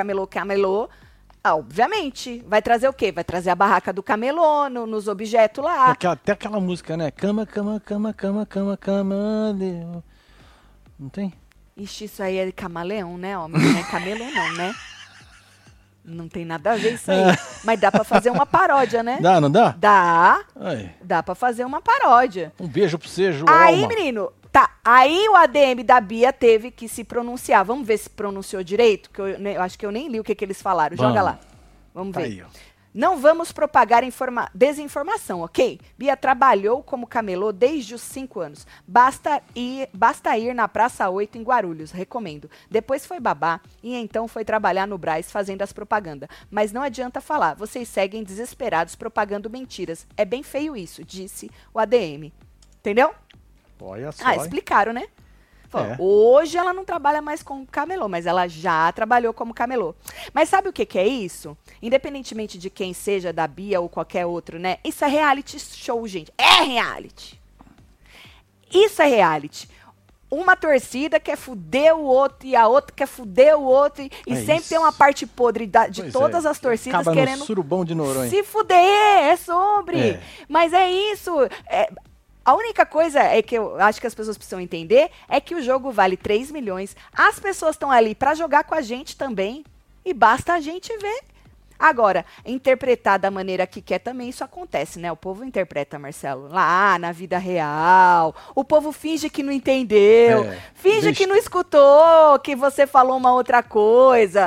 obviamente. Vai trazer o quê? Vai trazer a barraca do camelô, nos objetos lá. Até aquela música, né? Cama, cama, cama, cama, cama, cama. Não tem? Ixi, isso aí é camaleão, né, homem? Não é camelô não, né? Não tem nada a ver isso aí. Mas dá pra fazer uma paródia, né? Dá, não dá? Dá. Dá pra fazer uma paródia. Um beijo pra você, João. Aí, menino, tá. Aí o ADM da Bia teve que se pronunciar. Vamos ver se pronunciou direito? Que eu acho que eu nem li o que eles falaram. Joga lá. Vamos ver. Aí, ó. Não vamos propagar desinformação, ok? Bia trabalhou como camelô desde os 5 anos. Basta ir na Praça 8 em Guarulhos, recomendo. Depois foi babá e então foi trabalhar no Brás fazendo as propagandas. Mas não adianta falar, vocês seguem desesperados propagando mentiras. É bem feio isso, disse o ADM. Entendeu? Olha só. Explicaram, né? Hoje ela não trabalha mais como camelô, mas ela já trabalhou como camelô. Mas sabe o que é isso? Independentemente de quem seja, da Bia ou qualquer outro, né? Isso é reality show, gente. É reality. Isso é reality. Uma torcida quer fuder o outro e a outra quer fuder o outro. E sempre tem uma parte podre de todas as torcidas acaba querendo no surubão de Noronha. Se fuder, é sobre. Mas é isso. A única coisa que eu acho que as pessoas precisam entender é que o jogo vale 3 milhões. As pessoas estão ali para jogar com a gente também. E basta a gente ver. Agora, interpretar da maneira que quer também, isso acontece, né? O povo interpreta, Marcelo, lá na vida real. O povo finge que não entendeu. Finge que não escutou, que você falou uma outra coisa.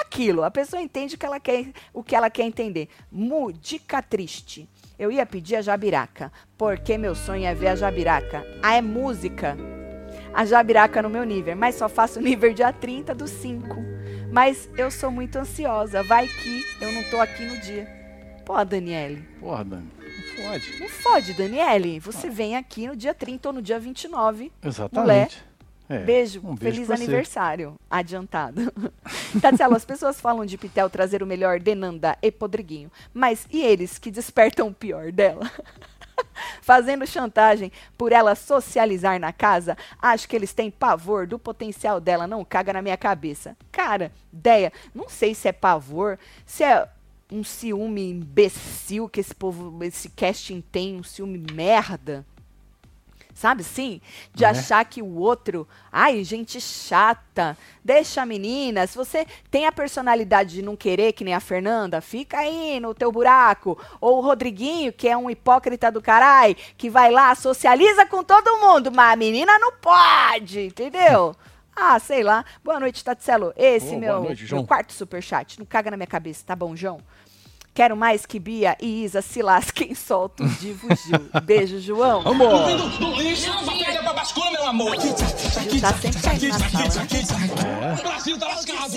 aquilo. A pessoa entende o que ela quer entender. Dica triste. Eu ia pedir a jabiraca, porque meu sonho é ver a jabiraca. Ah, é música. A jabiraca no meu nível, mas só faço nível dia 30 do 5. Mas eu sou muito ansiosa. Vai que eu não tô aqui no dia. Pô, Daniele. Porra, Dani. Não fode. Não fode, Daniele. Você vem aqui no dia 30 ou no dia 29. Exatamente. Beijo, beijo feliz pra aniversário, adiantado. Tatselo, as pessoas falam de Pitel trazer o melhor de Nanda e Podriguinho, mas e eles que despertam o pior dela? Fazendo chantagem por ela socializar na casa, acho que eles têm pavor do potencial dela, não caga na minha cabeça. Cara, ideia, não sei se é pavor, se é um ciúme imbecil que esse casting tem, um ciúme merda. Sabe, sim? De achar que o outro... Ai, gente chata. Deixa a menina. Se você tem a personalidade de não querer, que nem a Fernanda, fica aí no teu buraco. Ou o Rodriguinho, que é um hipócrita do carai, que vai lá, socializa com todo mundo, mas a menina não pode, entendeu? Ah, sei lá. Boa noite, Tatselo. Esse meu quarto superchat. Não caga na minha cabeça, tá bom, João? Quero mais que Bia e Isa se lasquem, solta o Divo Gil. Beijo, João. Vamos! Do lixo, vai perder pra bascula, meu amor. Gil tá sempre caindo na sala. O Brasil tá lascado.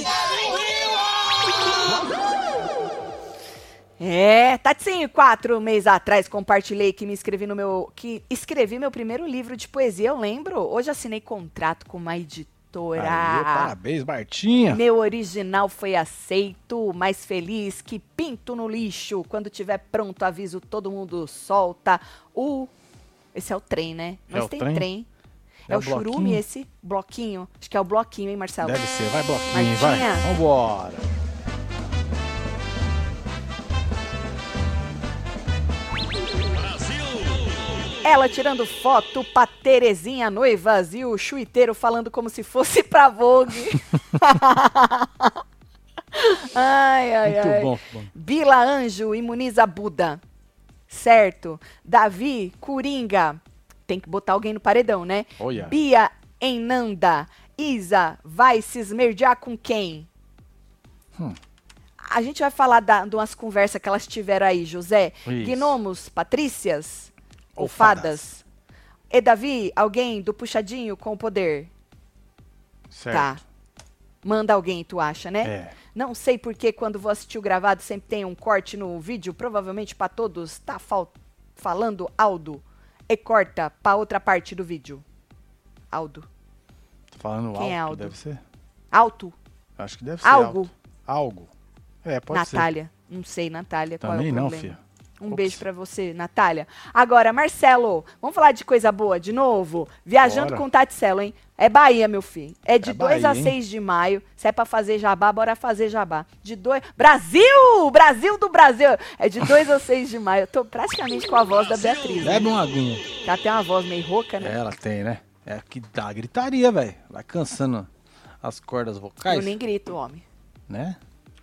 Tatinho, 4 meses atrás compartilhei que escrevi meu primeiro livro de poesia, eu lembro. Hoje assinei contrato com uma editora. Aê, parabéns, Martinha. Meu original foi aceito, mais feliz que pinto no lixo. Quando tiver pronto, aviso todo mundo, solta Esse é o trem, né? Mas tem trem. É o churume esse? Bloquinho? Acho que é o bloquinho, hein, Marcelo? Deve ser, vai bloquinho, Martinha. vai. Vambora. Ela tirando foto pra Terezinha Noivas e o chuiteiro falando como se fosse pra Vogue. Muito bom. Bila Anjo imuniza Buda. Certo. Davi Coringa. Tem que botar alguém no paredão, né? Olha. Bia em Nanda. Isa vai se esmerdear com quem? A gente vai falar de umas conversas que elas tiveram aí, José. Isso. Gnomos, Patrícias... Ou fadas. E Davi, alguém do puxadinho com o poder? Certo. Tá. Manda alguém, tu acha, né? Não sei porque quando vou assistir o gravado sempre tem um corte no vídeo, provavelmente pra todos tá falando Aldo. E corta pra outra parte do vídeo. Aldo. Tô falando Quem alto, é Aldo? deve ser? Alto. Acho que deve ser Algo. Algo. Pode Natália. Não sei, Natália, Também qual é o não, problema? filha. Um beijo pra você, Natália. Agora, Marcelo, vamos falar de coisa boa de novo? Viajando Bora. com o Tatselo, hein? É Bahia, meu filho. É de 2 a Bahia, 6 de maio. Se é pra fazer jabá, bora fazer jabá. Brasil! Brasil do Brasil! É de 2 a 6 de maio. Eu tô praticamente com a voz da Beatriz. Bebe uma aguinha. Ela tem uma voz meio rouca, né? Ela tem, né? É que dá gritaria, velho. Vai cansando as cordas vocais. Eu nem grito, homem. Né?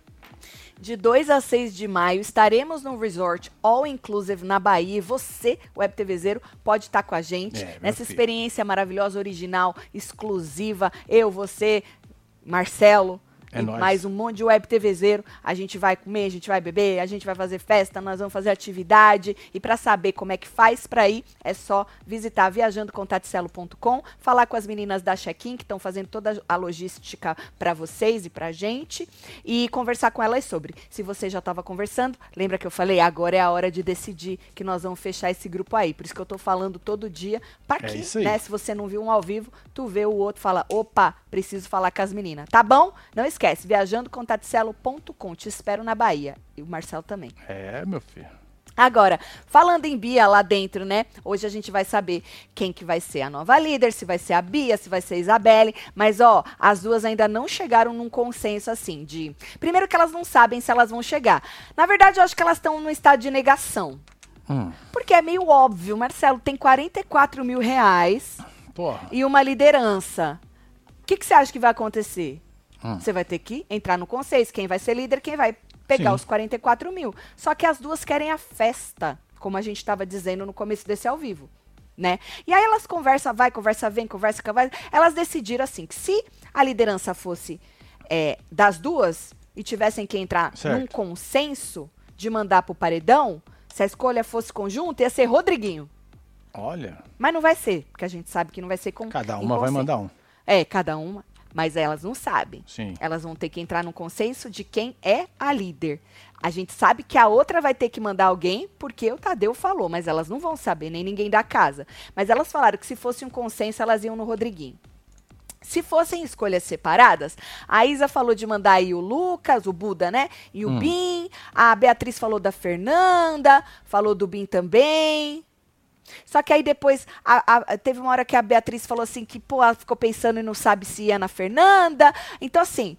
De 2 a 6 de maio, estaremos num resort all-inclusive na Bahia. E você, Web TVzeiro, pode estar com a gente nessa experiência maravilhosa, original, exclusiva. Eu, você, Marcelo, e nóis. mais um monte de Web TVzeiro. A gente vai comer, a gente vai beber, a gente vai fazer festa, nós vamos fazer atividade. E para saber como é que faz para ir, é só visitar viajandocontatselo.com, falar com as meninas da Check-in, que estão fazendo toda a logística para vocês e pra gente, e conversar com elas sobre. Se você já estava conversando, lembra que eu falei, agora é a hora de decidir que nós vamos fechar esse grupo aí. Por isso que eu tô falando todo dia, para que, né, se você não viu um ao vivo, tu vê o outro, fala, opa, preciso falar com as meninas. Tá bom? Não esquece, viajandocontatselo.com. Te espero na Bahia. E o Marcelo também. Meu filho. Agora, falando em Bia lá dentro, né? Hoje a gente vai saber quem que vai ser a nova líder, se vai ser a Bia, se vai ser a Isabelle. Mas, ó, as duas ainda não chegaram num consenso, assim, de... Primeiro que elas não sabem se elas vão chegar. Na verdade, eu acho que elas estão num estado de negação. Porque é meio óbvio. Marcelo, tem 44 mil reais e uma liderança. O que você acha que vai acontecer? Você vai ter que entrar no consenso. Quem vai ser líder, quem vai pegar os 44 mil. Só que as duas querem a festa, como a gente estava dizendo no começo desse ao vivo, né? E aí elas conversam, vai, conversa, vem, conversa, vai. Elas decidiram assim, que se a liderança fosse das duas, e tivessem que entrar Certo. num consenso de mandar pro paredão, se a escolha fosse conjunta, ia ser Rodriguinho. Olha, Mas não vai ser, porque a gente sabe que não vai ser com cada em uma vai consenso. mandar um. É, cada uma, mas elas não sabem. Sim. Elas vão ter que entrar num consenso de quem é a líder. A gente sabe que a outra vai ter que mandar alguém, porque o Tadeu falou, mas elas não vão saber, nem ninguém da casa. Mas elas falaram que se fosse um consenso, elas iam no Rodriguinho. Se fossem escolhas separadas, a Isa falou de mandar aí o Lucas, o Buda, né? E o Bin. A Beatriz falou da Fernanda, falou do Bin também. Só que aí depois, teve uma hora que a Beatriz falou assim que, pô, ela ficou pensando e não sabe se ia na Fernanda. Então, assim,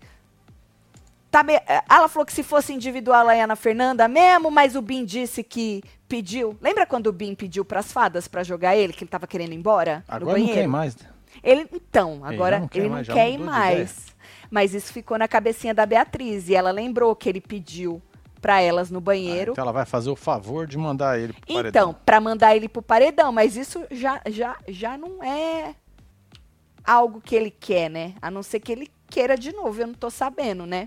ela falou que se fosse individual, ela ia na Fernanda mesmo, mas o Bin disse que pediu. Lembra quando o Bin pediu pras fadas pra jogar ele, que ele tava querendo ir embora? Agora no banheiro? não quer mais. Então, agora ele não quer ir mais. Mas isso ficou na cabecinha da Beatriz. E ela lembrou que ele pediu pra elas no banheiro. Então ela vai fazer o favor de mandar ele pro paredão. Então, pra mandar ele pro paredão. Mas isso já não é algo que ele quer, né? A não ser que ele queira de novo. Eu não tô sabendo, né?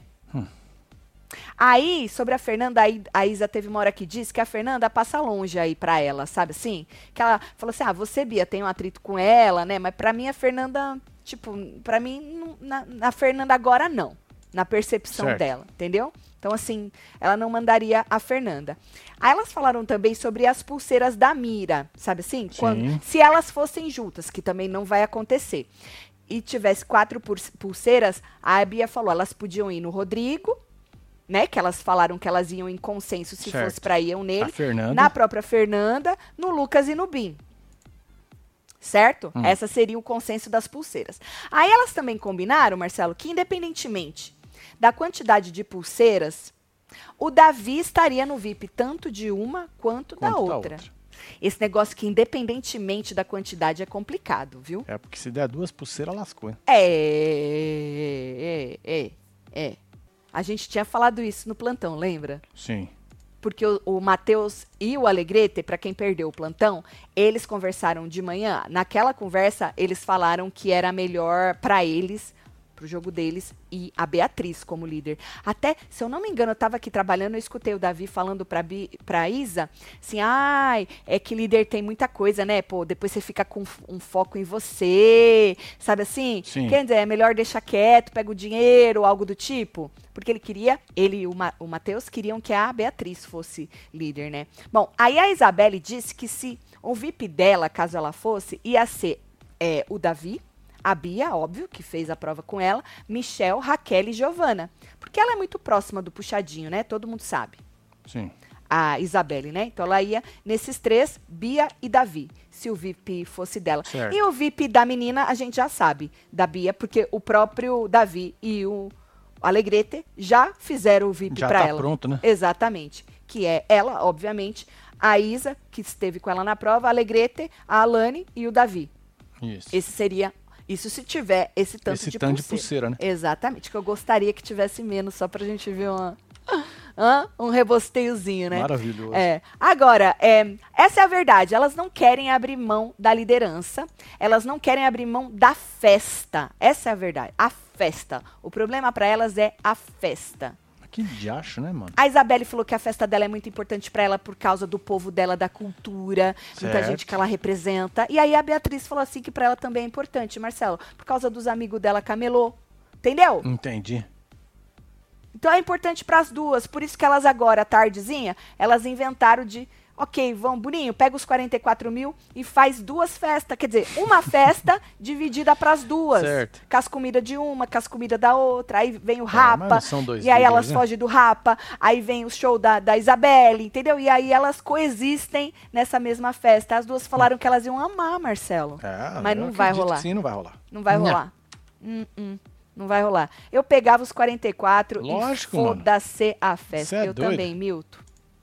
Aí, sobre a Fernanda, a Isa teve uma hora que disse que a Fernanda passa longe aí pra ela, sabe assim? Que ela falou assim, você, Bia, tem um atrito com ela, né? Mas pra mim a Fernanda, tipo, pra mim, na Fernanda agora não. Na percepção Certo. dela, entendeu? Então, assim, ela não mandaria a Fernanda. Aí elas falaram também sobre as pulseiras da Mira, sabe assim? Sim. Se elas fossem juntas, que também não vai acontecer. E tivesse 4 pulseiras, a Bia falou, elas podiam ir no Rodrigo, né? Que elas falaram que elas iam em consenso se Certo. fosse pra ir nele. A Fernanda. Na própria Fernanda, no Lucas e no Bin. Certo? Essa seria o consenso das pulseiras. Aí elas também combinaram, Marcelo, que independentemente da quantidade de pulseiras, o Davi estaria no VIP tanto de uma quanto da outra. Esse negócio que independentemente da quantidade é complicado, viu? É, porque se der 2 pulseiras, lascou, hein? A gente tinha falado isso no plantão, lembra? Sim. Porque o Matheus e o Alegrete, para quem perdeu o plantão, eles conversaram de manhã. Naquela conversa, eles falaram que era melhor para eles, pro jogo deles, e a Beatriz como líder. Até, se eu não me engano, eu tava aqui trabalhando, eu escutei o Davi falando pra Isa, assim, é que líder tem muita coisa, né? Pô, depois você fica com um foco em você, sabe assim? Sim. Quer dizer, é melhor deixar quieto, pega o dinheiro, algo do tipo. Porque ele e o Matheus queriam que a Beatriz fosse líder, né? Bom, aí a Isabelle disse que se o VIP dela, caso ela fosse, ia ser o Davi, a Bia, óbvio, que fez a prova com ela, Michel, Raquel e Giovana. Porque ela é muito próxima do puxadinho, né? Todo mundo sabe. Sim. A Isabelle, né? Então ela ia nesses 3, Bia e Davi, se o VIP fosse dela. Certo. E o VIP da menina, a gente já sabe, da Bia, porque o próprio Davi e o Alegrete já fizeram o VIP Já pra tá ela. pronto, né? Exatamente. Que é ela, obviamente, a Isa, que esteve com ela na prova, a Alegrete, a Alane e o Davi. Isso. Esse seria... Isso se tiver esse tanto Esse de tanto de pulseira. pulseira, né? Exatamente, que eu gostaria que tivesse menos, só pra gente ver um rebosteiozinho, né? Maravilhoso. Agora, essa é a verdade, elas não querem abrir mão da liderança, elas não querem abrir mão da festa, essa é a verdade, a festa. O problema pra elas é a festa. Que diacho, né, mano? A Isabelle falou que a festa dela é muito importante pra ela por causa do povo dela, da cultura, muita Certo. gente que ela representa. E aí a Beatriz falou assim que pra ela também é importante, Marcelo, por causa dos amigos dela camelô. Entendeu? Entendi. Então é importante pras duas, por isso que elas agora, à tardezinha, elas inventaram de, ok, vamos, Boninho, pega os 44 mil e faz 2 festas, quer dizer, uma festa dividida pras duas. Certo. Com as comidas de uma, com as comidas da outra, aí vem o mas Rapa, não são dois e aí líderes, elas né? fogem do Rapa, aí vem o show da Isabelle, entendeu? E aí elas coexistem nessa mesma festa. As duas falaram que elas iam amar, Marcelo. Mas eu não vai acredito rolar. que sim, não vai rolar. Não vai rolar. Não vai rolar. Eu pegava os 44 Lógico, e foda-se a festa. Cê é Eu doido. também, Milton.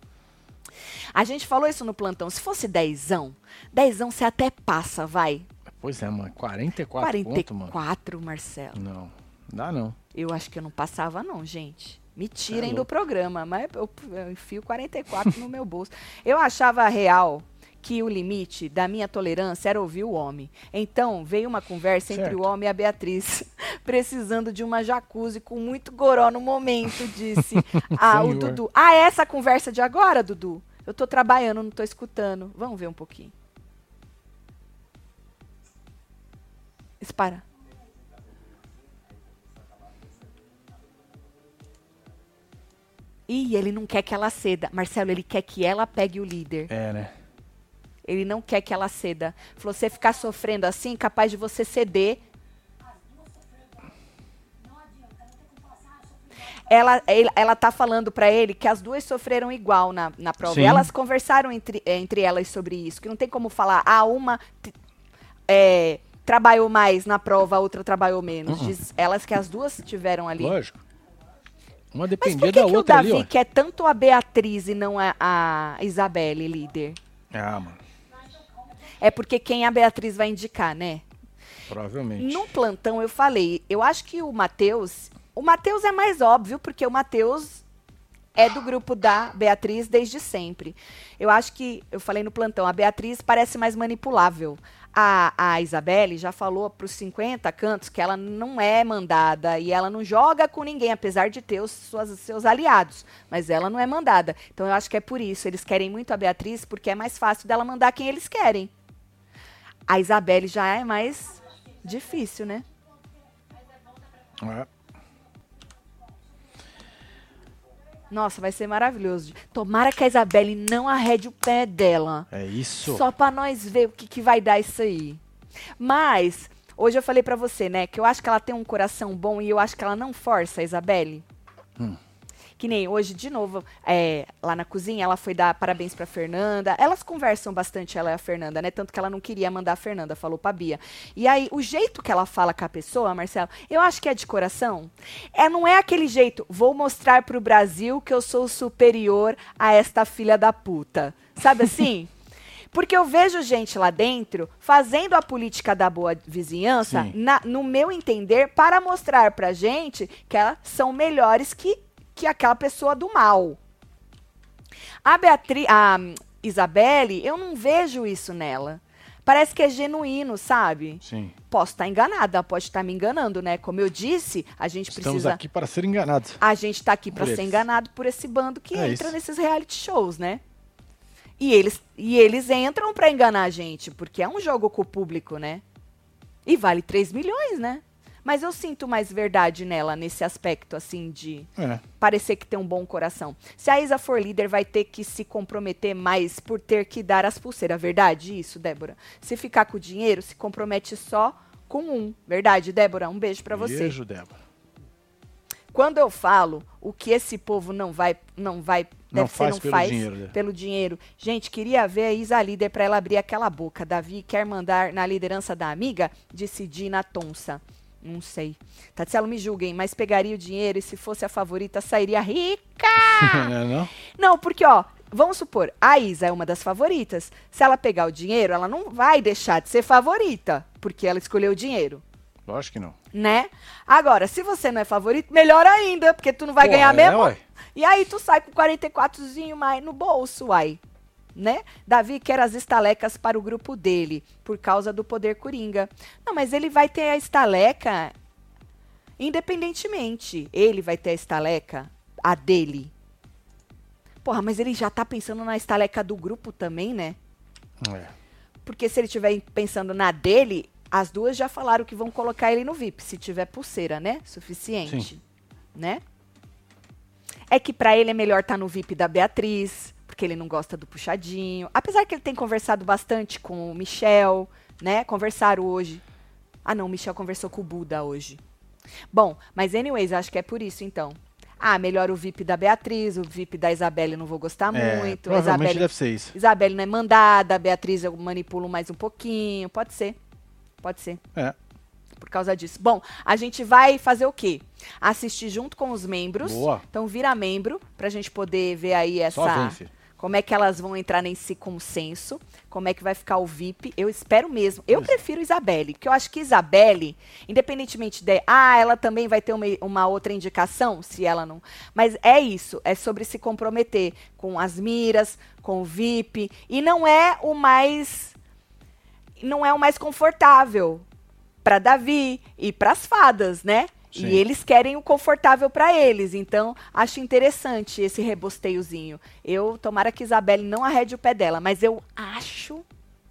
A gente falou isso no plantão. Se fosse 10zão você até passa, vai. Pois é, mano. 44 pontos, mano. 44, Marcelo. Não, dá não. Eu acho que eu não passava não, gente. Me Cê é tirem do louco. programa, mas eu enfio 44 no meu bolso. Eu achava real que o limite da minha tolerância era ouvir o homem. Então, veio uma conversa entre o homem e a Beatriz, precisando de uma jacuzzi com muito goró no momento, disse o Dudu. Ah, é essa conversa de agora, Dudu? Eu tô trabalhando, não tô escutando. Vamos ver um pouquinho. Espara. Ih, ele não quer que ela ceda. Marcelo, ele quer que ela pegue o líder. É, né? Ele não quer que ela ceda. Falou, você ficar sofrendo assim, capaz de você ceder. Ela tá falando pra ele que as duas sofreram igual na prova. Sim. Elas conversaram entre elas sobre isso. Que não tem como falar, uma trabalhou mais na prova, a outra trabalhou menos. Diz elas que as duas tiveram ali. Lógico. Uma Mas dependia por que da que o outra Davi ali, ó. quer tanto a Beatriz e não a Isabelle, líder? Ah, mano. É porque quem a Beatriz vai indicar, né? Provavelmente. No plantão eu falei, eu acho que o Matheus é mais óbvio, porque o Matheus é do grupo da Beatriz desde sempre. Eu acho que, eu falei no plantão, a Beatriz parece mais manipulável. A Isabelle já falou para os 50 cantos que ela não é mandada e ela não joga com ninguém, apesar de ter os seus aliados. Mas ela não é mandada. Então eu acho que é por isso. Eles querem muito a Beatriz porque é mais fácil dela mandar quem eles querem. A Isabelle já é mais difícil, né? É. Nossa, vai ser maravilhoso. Tomara que a Isabelle não arrede o pé dela. É isso. Só pra nós ver o que vai dar isso aí. Mas, hoje eu falei pra você, né, que eu acho que ela tem um coração bom e eu acho que ela não força a Isabelle. Que nem hoje, de novo, lá na cozinha, ela foi dar parabéns pra Fernanda. Elas conversam bastante, ela e a Fernanda, né? Tanto que ela não queria mandar a Fernanda, falou pra Bia. E aí, o jeito que ela fala com a pessoa, Marcelo, eu acho que é de coração. Não é aquele jeito, vou mostrar pro Brasil que eu sou superior a esta filha da puta. Sabe assim? Porque eu vejo gente lá dentro fazendo a política da boa vizinhança, no meu entender, para mostrar pra gente que elas são melhores que aquela pessoa do mal. A Isabelle, eu não vejo isso nela. Parece que é genuíno, sabe? Sim. Posso estar enganada, pode estar me enganando, né? Como eu disse, a gente Estamos precisa... aqui para ser enganados. A gente está aqui para Por ser eles. enganado por esse bando que É entra isso. nesses reality shows, né? E eles entram para enganar a gente, porque é um jogo com o público, né? E vale 3 milhões, né? Mas eu sinto mais verdade nela, nesse aspecto, assim, de parecer que tem um bom coração. Se a Isa for líder, vai ter que se comprometer mais por ter que dar as pulseiras. Verdade isso, Débora? Se ficar com o dinheiro, se compromete só com um. Verdade, Débora? Um beijo pra você. Beijo, Débora. Quando eu falo o que esse povo não faz pelo dinheiro, né? pelo dinheiro. Gente, queria ver a Isa líder para ela abrir aquela boca. Davi quer mandar na liderança da amiga, disse Dina Tonsa. Não sei. Tatielo, me julguem, mas pegaria o dinheiro e se fosse a favorita, sairia rica! Não? Não, porque, ó, vamos supor, a Isa é uma das favoritas. Se ela pegar o dinheiro, ela não vai deixar de ser favorita, porque ela escolheu o dinheiro. Lógico que não. Né? Agora, se você não é favorito, melhor ainda, porque tu não vai ganhar mesmo. Ué. E aí tu sai com 44zinho mais no bolso, uai. Né? Davi quer as estalecas para o grupo dele, por causa do poder coringa. Não, mas ele vai ter a estaleca independentemente. Ele vai ter a estaleca, a dele. Porra, mas ele já tá pensando na estaleca do grupo também, né? Porque se ele estiver pensando na dele, as duas já falaram que vão colocar ele no VIP, se tiver pulseira, né? Suficiente. Sim. Né? É que pra ele é melhor estar no VIP da Beatriz, porque ele não gosta do puxadinho. Apesar que ele tem conversado bastante com o Michel, né? Conversaram hoje. Ah, não, o Michel conversou com o Buda hoje. Bom, mas anyways, acho que é por isso, então. Ah, melhor o VIP da Beatriz, o VIP da Isabelle eu não vou gostar muito. Provavelmente Isabelle, deve ser isso. Isabelle não é mandada, a Beatriz eu manipulo mais um pouquinho. Pode ser. Pode ser. Por causa disso. Bom, a gente vai fazer o quê? Assistir junto com os membros. Boa. Então vira membro, pra gente poder ver aí Só vem, filho. como é que elas vão entrar nesse consenso, como é que vai ficar o VIP. Eu espero mesmo. Eu prefiro Isabelle, porque eu acho que Isabelle, independentemente de... ela também vai ter uma outra indicação, se ela não... Mas é isso, é sobre se comprometer com as miras, com o VIP, e não é o mais confortável para Davi e para as fadas, né? Sim. E eles querem o confortável para eles. Então, acho interessante esse rebosteiozinho. Tomara que Isabelle não arrede o pé dela, mas eu acho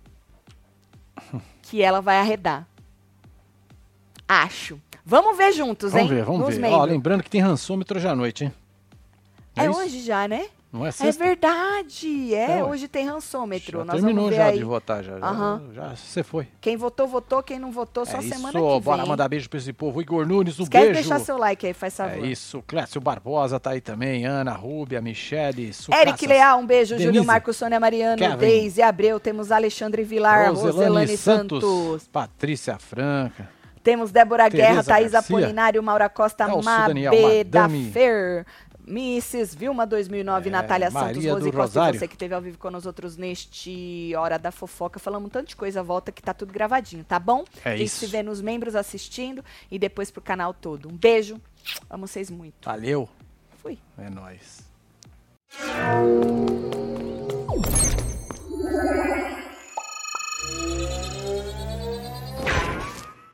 que ela vai arredar. Acho. Vamos ver juntos, hein? Vamos ver. Ó, lembrando que tem rançômetro hoje à noite, hein? É hoje já, né? Não é sexta? É verdade, hoje tem rançômetro. Já Nós terminou vamos ver já aí. De votar, já você foi. Quem votou, votou, quem não votou, só semana que vem. Bora mandar beijo pra esse povo. Igor Nunes, beijo. Esquece de deixar seu like aí, faz favor. É isso, Clécio Barbosa tá aí também, Ana, Rúbia, Michele, Eric Leal, um beijo, Denise, Júlio Marcos, Sônia Mariano, Kevin, Deise Abreu, temos Alexandre Vilar, Roselane Santos, Patrícia Franca. Temos Débora Tereza Guerra, Thaís Garcia, Apolinário, Maura Costa, Mabê da Fer, Mrs. Vilma 2009, Natália Santos, Rose Costa, você que esteve ao vivo com nós outros neste Hora da Fofoca. Falamos um tanto de coisa, volta que tá tudo gravadinho, tá bom? É isso. A gente se vê nos membros assistindo e depois pro canal todo. Um beijo, amo vocês muito. Valeu. Fui. É nóis.